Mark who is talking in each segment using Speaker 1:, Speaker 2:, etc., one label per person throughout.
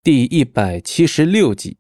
Speaker 1: 第176集。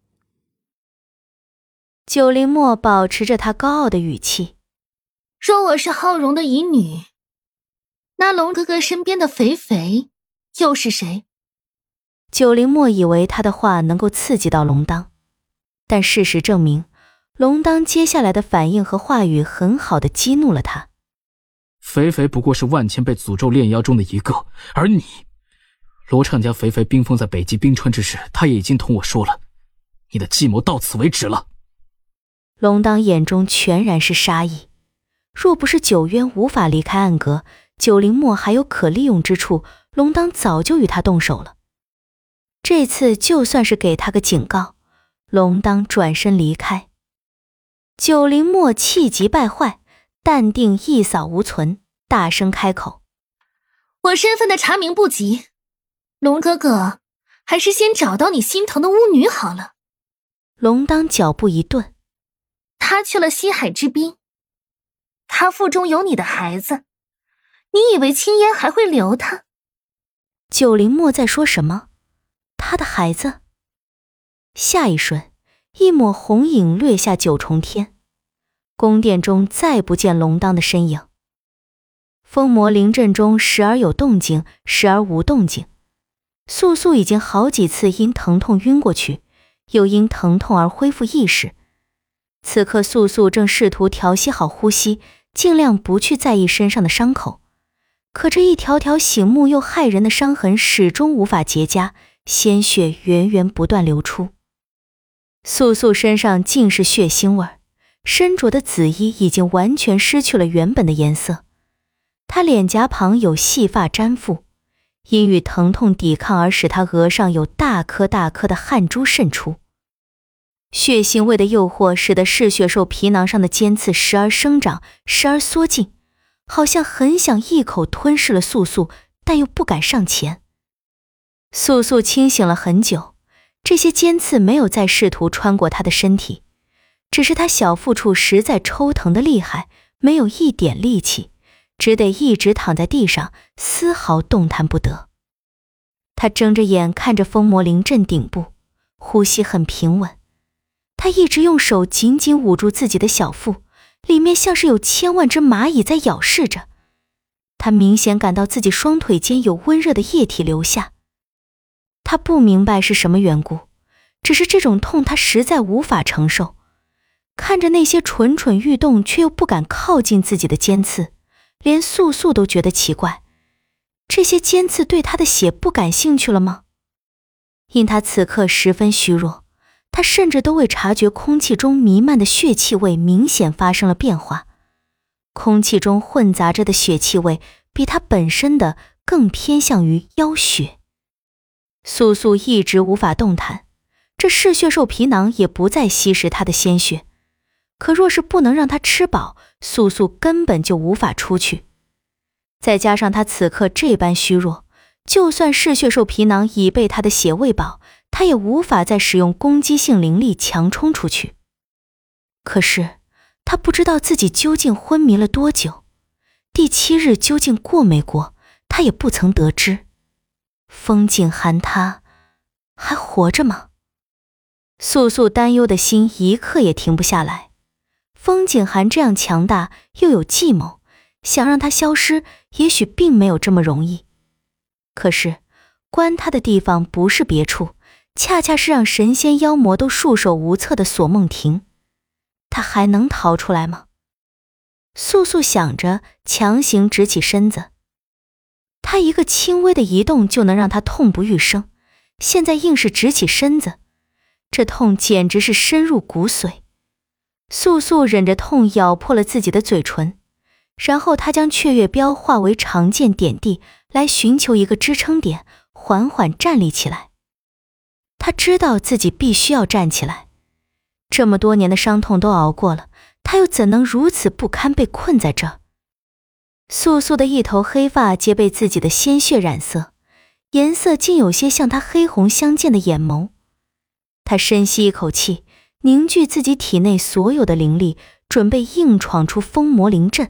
Speaker 2: 九灵墨保持着他高傲的语气，
Speaker 3: 若我是浩荣的遗女，那龙哥哥身边的肥肥又是谁？
Speaker 2: 九灵墨以为他的话能够刺激到龙当，但事实证明，龙当接下来的反应和话语很好地激怒了他。
Speaker 4: 肥肥不过是万千被诅咒炼妖中的一个，而你，罗畅将肥肥冰封在北极冰川之时，他也已经同我说了，你的计谋到此为止了。
Speaker 2: 龙当眼中全然是杀意，若不是九渊无法离开暗阁，九灵墨还有可利用之处，龙当早就与他动手了。这次就算是给他个警告，龙当转身离开。九灵墨气急败坏，淡定一扫无存，大声开口：
Speaker 3: 我身份的查明不急，龙哥哥还是先找到你心疼的巫女好了。
Speaker 2: 龙当脚步一顿，
Speaker 3: 她去了西海之滨，她腹中有你的孩子，你以为青烟还会留她？
Speaker 2: 九灵墨在说什么？他的孩子？下一瞬，一抹红影掠下九重天，宫殿中再不见龙当的身影。封魔灵阵中时而有动静，时而无动静。素素已经好几次因疼痛晕过去，又因疼痛而恢复意识。此刻素素正试图调息好呼吸，尽量不去在意身上的伤口。可这一条条醒目又骇人的伤痕始终无法结痂，鲜血源源不断流出。素素身上尽是血腥味儿，身着的紫衣已经完全失去了原本的颜色。她脸颊旁有细发粘附，因与疼痛抵抗而使她额上有大颗大颗的汗珠渗出。血腥味的诱惑使得嗜血兽皮囊上的尖刺时而生长，时而缩进，好像很想一口吞噬了素素，但又不敢上前。素素清醒了很久，这些尖刺没有再试图穿过她的身体，只是她小腹处实在抽疼的厉害，没有一点力气，只得一直躺在地上，丝毫动弹不得。她睁着眼看着封魔灵阵顶部，呼吸很平稳。她一直用手紧紧捂住自己的小腹，里面像是有千万只蚂蚁在咬噬着。她明显感到自己双腿间有温热的液体流下。她不明白是什么缘故，只是这种痛她实在无法承受。看着那些蠢蠢欲动却又不敢靠近自己的尖刺，连素素都觉得奇怪，这些尖刺对她的血不感兴趣了吗？因她此刻十分虚弱，她甚至都未察觉空气中弥漫的血气味明显发生了变化。空气中混杂着的血气味比她本身的更偏向于妖血。素素一直无法动弹，这嗜血兽皮囊也不再吸食她的鲜血。可若是不能让她吃饱，素素根本就无法出去。再加上她此刻这般虚弱，就算嗜血兽皮囊已被她的血喂饱，她也无法再使用攻击性灵力强冲出去。可是她不知道自己究竟昏迷了多久，第7日究竟过没过，她也不曾得知。风景寒她还活着吗？素素担忧的心一刻也停不下来。风景寒这样强大又有计谋，想让他消失也许并没有这么容易。可是关他的地方不是别处，恰恰是让神仙妖魔都束手无策的锁梦亭。他还能逃出来吗？素素想着，强行直起身子。他一个轻微的移动就能让他痛不欲生，现在硬是直起身子，这痛简直是深入骨髓。素素忍着痛咬破了自己的嘴唇，然后她将雀月镖化为长剑点地，来寻求一个支撑点，缓缓站立起来。她知道自己必须要站起来，这么多年的伤痛都熬过了，她又怎能如此不堪被困在这？素素的一头黑发皆被自己的鲜血染色，颜色竟有些像她黑红相间的眼眸。她深吸一口气，凝聚自己体内所有的灵力，准备硬闯出封魔灵阵。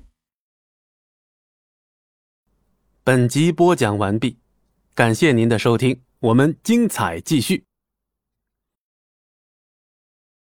Speaker 1: 本集播讲完毕，感谢您的收听，我们精彩继续。